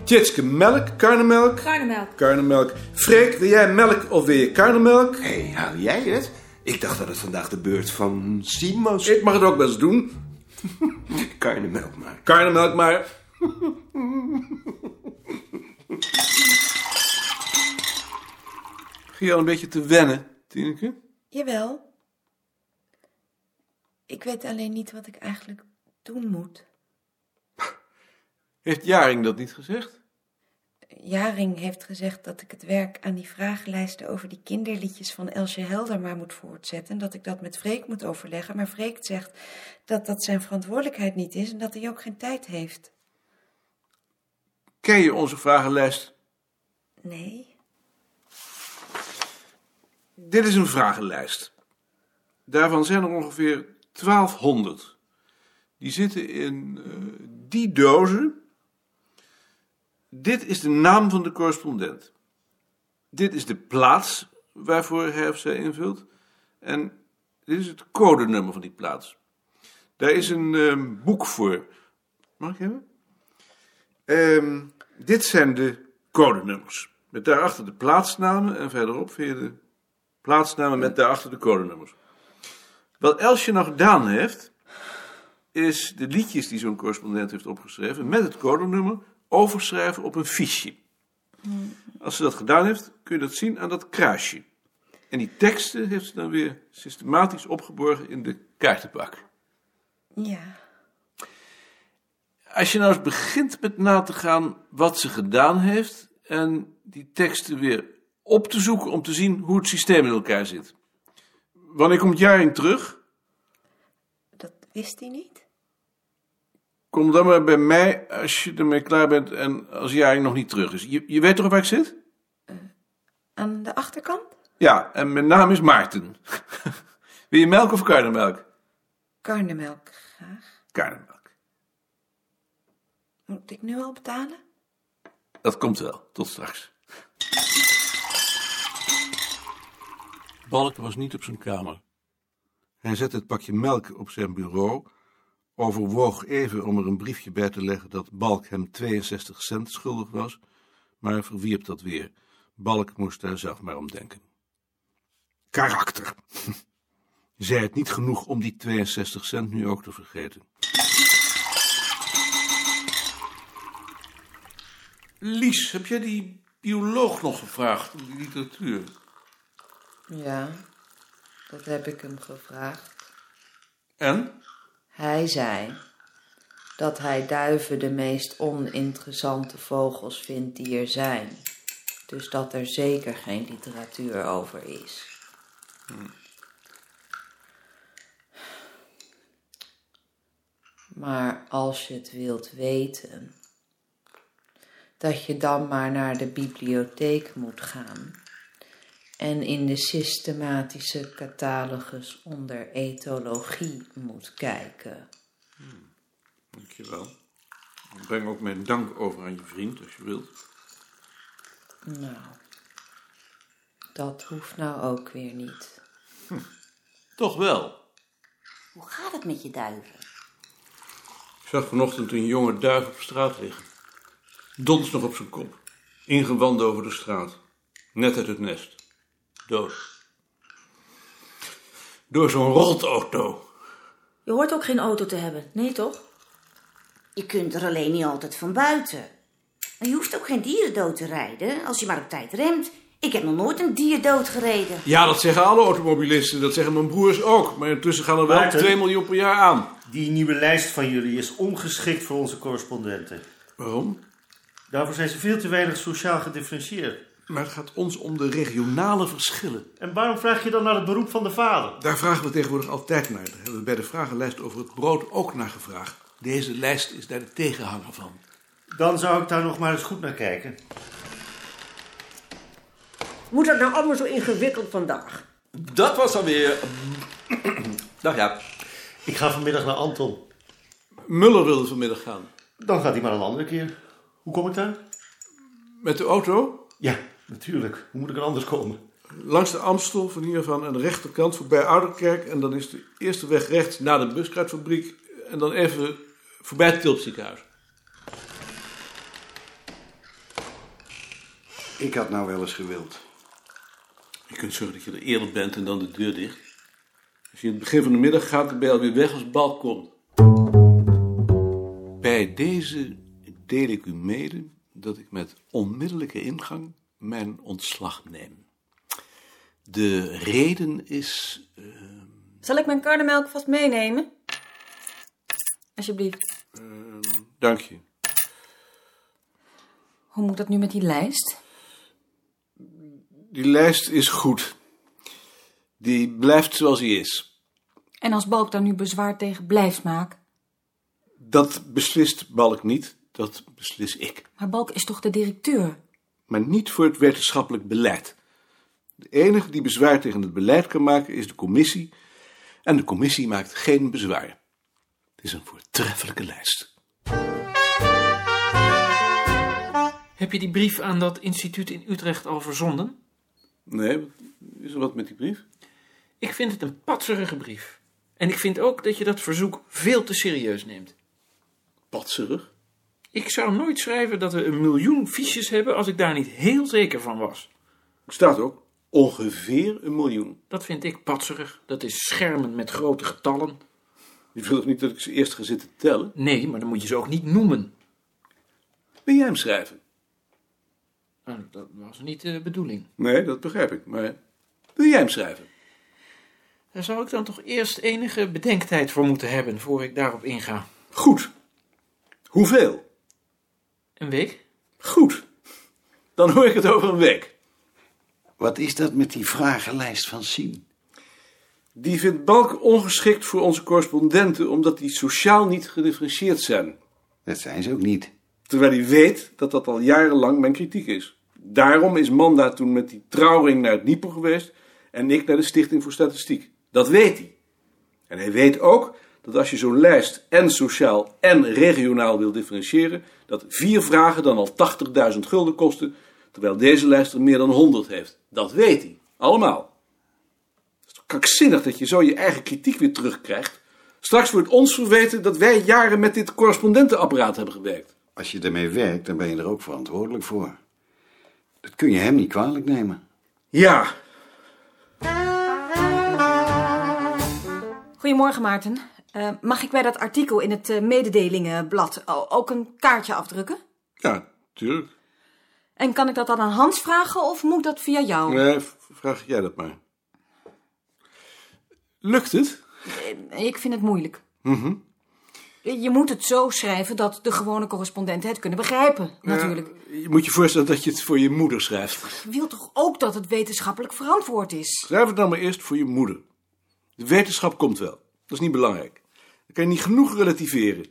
Tjitske, melk, karnemelk? Karnemelk. Karnemelk. Freek, wil jij melk of wil je karnemelk? Hé, hou jij het? Ik dacht dat het vandaag de beurt van Siem was. Ik mag het ook best doen. Karnemelk maar. Karnemelk maar. Begin je al een beetje te wennen, Tineke? Jawel. Ik weet alleen niet wat ik eigenlijk doen moet. Heeft Jaring dat niet gezegd? Jaring heeft gezegd dat ik het werk aan die vragenlijsten over die kinderliedjes van Elsje Helder maar moet voortzetten. En dat ik dat met Freek moet overleggen. Maar Freek zegt dat dat zijn verantwoordelijkheid niet is en dat hij ook geen tijd heeft. Ken je onze vragenlijst? Nee. Dit is een vragenlijst. Daarvan zijn er ongeveer 1200. Die zitten in die dozen. Dit is de naam van de correspondent. Dit is de plaats waarvoor hij of zij invult. En dit is het codenummer van die plaats. Daar is een boek voor. Mag ik hebben? Dit zijn de codenummers. Met daarachter de plaatsnamen en verderop vind je de plaatsnamen met daarachter de codenummers. Wat Elsje nou gedaan heeft, is de liedjes die zo'n correspondent heeft opgeschreven met het codenummer overschrijven op een fiche. Als ze dat gedaan heeft, kun je dat zien aan dat kruisje. En die teksten heeft ze dan weer systematisch opgeborgen in de kaartenbak. Ja. Als je nou eens begint met na te gaan wat ze gedaan heeft en die teksten weer op te zoeken om te zien hoe het systeem in elkaar zit. Wanneer komt Jaring terug? Dat wist hij niet. Kom dan maar bij mij als je ermee klaar bent en als Jaring nog niet terug is. Je weet toch waar ik zit? Aan de achterkant? Ja, en mijn naam is Maarten. Wil je melk of karnemelk? Karnemelk graag. Karnemelk. Moet ik nu al betalen? Dat komt wel. Tot straks. Balk was niet op zijn kamer. Hij zette het pakje melk op zijn bureau, overwoog even om er een briefje bij te leggen dat Balk hem 62 cent schuldig was, maar verwierp dat weer. Balk moest daar zelf maar om denken. Karakter. Zei het niet genoeg om die 62 cent nu ook te vergeten. Lies, heb jij die bioloog nog gevraagd om die literatuur? Ja, dat heb ik hem gevraagd. En? Hij zei dat hij duiven de meest oninteressante vogels vindt die er zijn. Dus dat er zeker geen literatuur over is. Maar als je het wilt weten, dat je dan maar naar de bibliotheek moet gaan en in de systematische catalogus onder etologie moet kijken. Dankjewel. Ik breng ook mijn dank over aan je vriend, als je wilt. Nou, dat hoeft nou ook weer niet. Toch wel. Hoe gaat het met je duiven? Ik zag vanochtend een jonge duif op straat liggen. Dons nog op zijn kop. Ingewanden over de straat. Net uit het nest. Dood. Door zo'n rotauto. Je hoort ook geen auto te hebben, nee toch? Je kunt er alleen niet altijd van buiten. Maar je hoeft ook geen dieren dood te rijden als je maar op tijd remt. Ik heb nog nooit een dier doodgereden. Ja, dat zeggen alle automobilisten. Dat zeggen mijn broers ook. Maar intussen gaan er wel Maarten? 2 miljoen per jaar aan. Die nieuwe lijst van jullie is ongeschikt voor onze correspondenten. Waarom? Daarvoor zijn ze veel te weinig sociaal gedifferentieerd. Maar het gaat ons om de regionale verschillen. En waarom vraag je dan naar het beroep van de vader? Daar vragen we tegenwoordig altijd naar. Daar hebben we bij de vragenlijst over het brood ook naar gevraagd. Deze lijst is daar de tegenhanger van. Dan zou ik daar nog maar eens goed naar kijken. Moet dat nou allemaal zo ingewikkeld vandaag? Dat was alweer... Dag ja. Ik ga vanmiddag naar Anton. Muller wilde vanmiddag gaan. Dan gaat hij maar een andere keer. Hoe kom ik daar? Met de auto? Ja, natuurlijk. Hoe moet ik er anders komen? Langs de Amstel, van hiervan aan de rechterkant, voorbij Ouderkerk. En dan is de eerste weg rechts naar de buskruidfabriek. En dan even voorbij het Tilpziekenhuis. Ik had nou wel eens gewild. Je kunt zorgen dat je er eerder bent en dan de deur dicht. Als je in het begin van de middag gaat, dan ben je alweer weg als Balk komt. Bij deze deel ik u mede dat ik met onmiddellijke ingang mijn ontslag neem. De reden is... Zal ik mijn karnemelk vast meenemen? Alsjeblieft. Dank je. Hoe moet dat nu met die lijst? Die lijst is goed. Die blijft zoals die is. En als Balk daar nu bezwaar tegen blijft maken? Dat beslist Balk niet, dat beslis ik. Maar Balk is toch de directeur? Maar niet voor het wetenschappelijk beleid. De enige die bezwaar tegen het beleid kan maken is de commissie. En de commissie maakt geen bezwaar. Het is een voortreffelijke lijst. Heb je die brief aan dat instituut in Utrecht al verzonden? Nee, is er wat met die brief? Ik vind het een patserige brief. En ik vind ook dat je dat verzoek veel te serieus neemt. Patserig? Ik zou nooit schrijven dat we 1 miljoen fiches hebben als ik daar niet heel zeker van was. Er staat ook ongeveer 1 miljoen. Dat vind ik patserig. Dat is schermen met grote getallen. Je wil toch niet dat ik ze eerst ga zitten tellen? Nee, maar dan moet je ze ook niet noemen. Wil jij hem schrijven? Nou, dat was niet de bedoeling. Nee, dat begrijp ik. Maar wil jij hem schrijven? Daar zou ik dan toch eerst enige bedenktijd voor moeten hebben, voor ik daarop inga. Goed. Hoeveel? 1 week? Goed. Dan hoor ik het over 1 week. Wat is dat met die vragenlijst van Sien? Die vindt Balk ongeschikt voor onze correspondenten, omdat die sociaal niet gedifferentieerd zijn. Dat zijn ze ook niet. Terwijl hij weet dat dat al jarenlang mijn kritiek is. Daarom is Manda toen met die trouwring naar het NIPO geweest en ik naar de Stichting voor Statistiek. Dat weet hij. En hij weet ook dat als je zo'n lijst en sociaal en regionaal wil differentiëren, dat 4 vragen dan al 80.000 gulden kosten, terwijl deze lijst er meer dan 100 heeft. Dat weet hij. Allemaal. Het is toch krankzinnig dat je zo je eigen kritiek weer terugkrijgt. Straks wordt ons verweten dat wij jaren met dit correspondentenapparaat hebben gewerkt. Als je ermee werkt, dan ben je er ook verantwoordelijk voor. Dat kun je hem niet kwalijk nemen. Ja. Goedemorgen, Maarten. Mag ik bij dat artikel in het mededelingenblad ook een kaartje afdrukken? Ja, tuurlijk. En kan ik dat dan aan Hans vragen of moet dat via jou? Nee, vraag jij dat maar. Lukt het? Ik vind het moeilijk. Je moet het zo schrijven dat de gewone correspondenten het kunnen begrijpen, natuurlijk. Je moet je voorstellen dat je het voor je moeder schrijft. Je wilt toch ook dat het wetenschappelijk verantwoord is? Schrijf het dan maar eerst voor je moeder. De wetenschap komt wel. Dat is niet belangrijk. Dan kan je niet genoeg relativeren.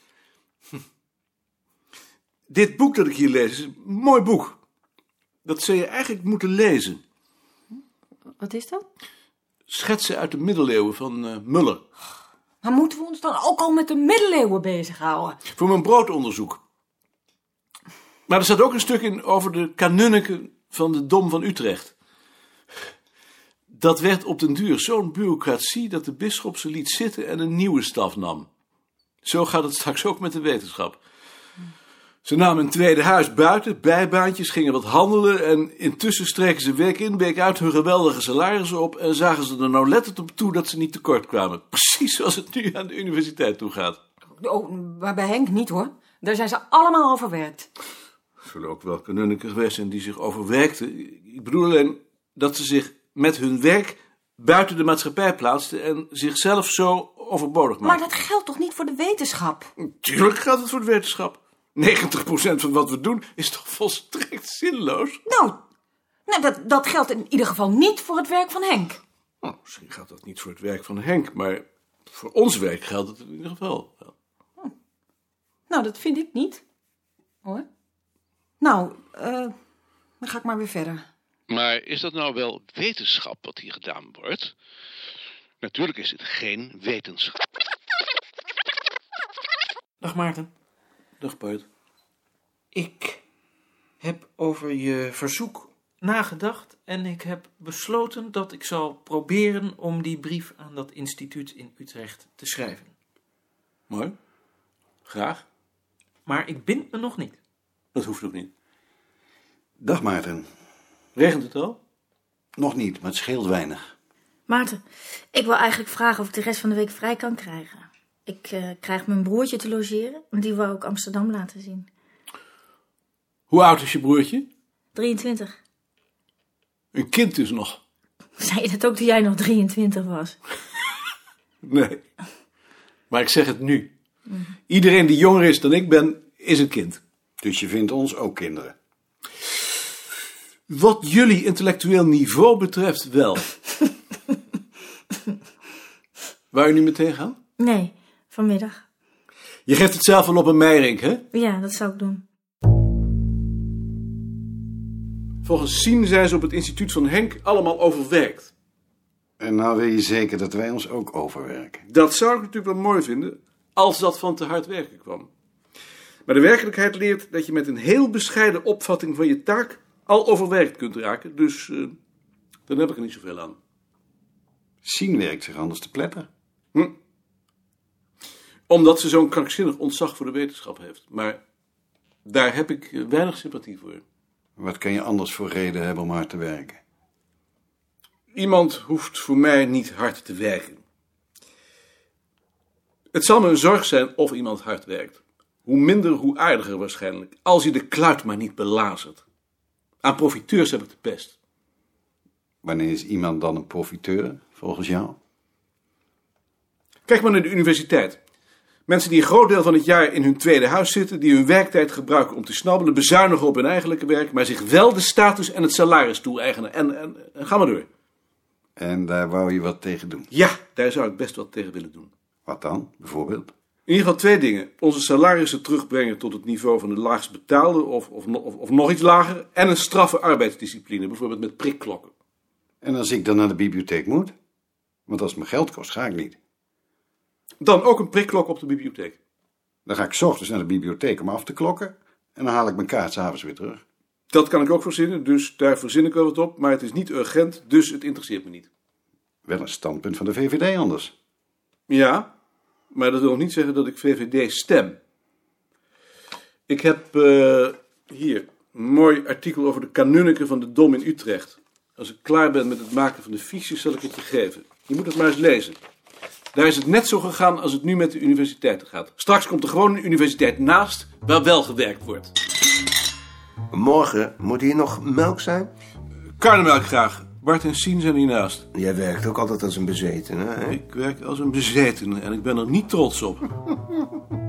Dit boek dat ik hier lees is een mooi boek. Dat zou je eigenlijk moeten lezen. Wat is dat? Schetsen uit de middeleeuwen van Muller. Maar moeten we ons dan ook al met de middeleeuwen bezighouden? Voor mijn broodonderzoek. Maar er staat ook een stuk in over de kanunniken van de Dom van Utrecht. Dat werd op den duur zo'n bureaucratie dat de bisschop ze liet zitten en een nieuwe staf nam. Zo gaat het straks ook met de wetenschap. Ze namen een tweede huis buiten, bijbaantjes, gingen wat handelen en intussen streken ze week in, week uit hun geweldige salarissen op en zagen ze er nauwlettend op toe dat ze niet tekort kwamen. Precies zoals het nu aan de universiteit toe gaat. Oh, maar bij Henk niet hoor. Daar zijn ze allemaal overwerkt. Er zullen ook wel kanunniken geweest zijn die zich overwerkten. Ik bedoel alleen dat ze zich met hun werk buiten de maatschappij plaatsten en zichzelf zo overbodig maakten. Maar dat geldt toch niet voor de wetenschap? Tuurlijk geldt het voor de wetenschap. 90% van wat we doen is toch volstrekt zinloos? Nou, dat geldt in ieder geval niet voor het werk van Henk. Nou, misschien geldt dat niet voor het werk van Henk, maar voor ons werk geldt het in ieder geval. Nou, dat vind ik niet. Hoor. Nou, dan ga ik maar weer verder. Maar is dat nou wel wetenschap wat hier gedaan wordt? Natuurlijk is het geen wetenschap. Dag Maarten. Dag Bart. Ik heb over je verzoek nagedacht en ik heb besloten dat ik zal proberen om die brief aan dat instituut in Utrecht te schrijven. Mooi. Graag. Maar ik bind me nog niet. Dat hoeft ook niet. Dag Maarten. Regent het al? Nog niet, maar het scheelt weinig. Maarten, ik wil eigenlijk vragen of ik de rest van de week vrij kan krijgen. Ik krijg mijn broertje te logeren, want die wou ik Amsterdam laten zien. Hoe oud is je broertje? 23. Een kind dus nog. Zei je dat ook toen jij nog 23 was? Nee. Maar ik zeg het nu. Iedereen die jonger is dan ik ben, is een kind. Dus je vindt ons ook kinderen? Wat jullie intellectueel niveau betreft wel. Wou je nu meteen gaan? Nee, vanmiddag. Je geeft het zelf wel op een Meirink, hè? Ja, dat zou ik doen. Volgens Sien zijn ze op het instituut van Henk allemaal overwerkt. En nou wil je zeker dat wij ons ook overwerken. Dat zou ik natuurlijk wel mooi vinden, als dat van te hard werken kwam. Maar de werkelijkheid leert dat je met een heel bescheiden opvatting van je taak al overwerkt kunt raken, dus dan heb ik er niet zoveel aan. Sien werkt zich anders te pletter. Omdat ze zo'n krankzinnig ontzag voor de wetenschap heeft. Maar daar heb ik weinig sympathie voor. Wat kan je anders voor reden hebben om hard te werken? Iemand hoeft voor mij niet hard te werken. Het zal me een zorg zijn of iemand hard werkt. Hoe minder, hoe aardiger waarschijnlijk. Als hij de kluit maar niet belazert. Aan profiteurs heb ik de pest. Wanneer is iemand dan een profiteur, volgens jou? Kijk maar naar de universiteit. Mensen die een groot deel van het jaar in hun tweede huis zitten, die hun werktijd gebruiken om te snabbelen, bezuinigen op hun eigenlijke werk, maar zich wel de status en het salaris toe-eigenen. En ga maar door. En daar wou je wat tegen doen? Ja, daar zou ik best wat tegen willen doen. Wat dan, bijvoorbeeld? In ieder geval 2 dingen. Onze salarissen terugbrengen tot het niveau van de laagst betaalde of nog iets lager. En een straffe arbeidsdiscipline, bijvoorbeeld met prikklokken. En als ik dan naar de bibliotheek moet? Want als het me geld kost, ga ik niet. Dan ook een prikklok op de bibliotheek. Dan ga ik 's ochtends naar de bibliotheek om af te klokken. En dan haal ik mijn kaart 's avonds weer terug. Dat kan ik ook verzinnen, dus daar verzin ik wel wat op. Maar het is niet urgent, dus het interesseert me niet. Wel een standpunt van de VVD anders. Ja, maar dat wil nog niet zeggen dat ik VVD stem. Ik heb hier een mooi artikel over de kanunniken van de Dom in Utrecht. Als ik klaar ben met het maken van de fiches, zal ik het je geven. Je moet het maar eens lezen. Daar is het net zo gegaan als het nu met de universiteiten gaat. Straks komt er gewoon een universiteit naast, waar wel gewerkt wordt. Morgen moet hier nog melk zijn? Karnemelk graag. Bart en Sien zijn hiernaast. Jij werkt ook altijd als een bezetene, hè? Ik werk als een bezetene en ik ben er niet trots op.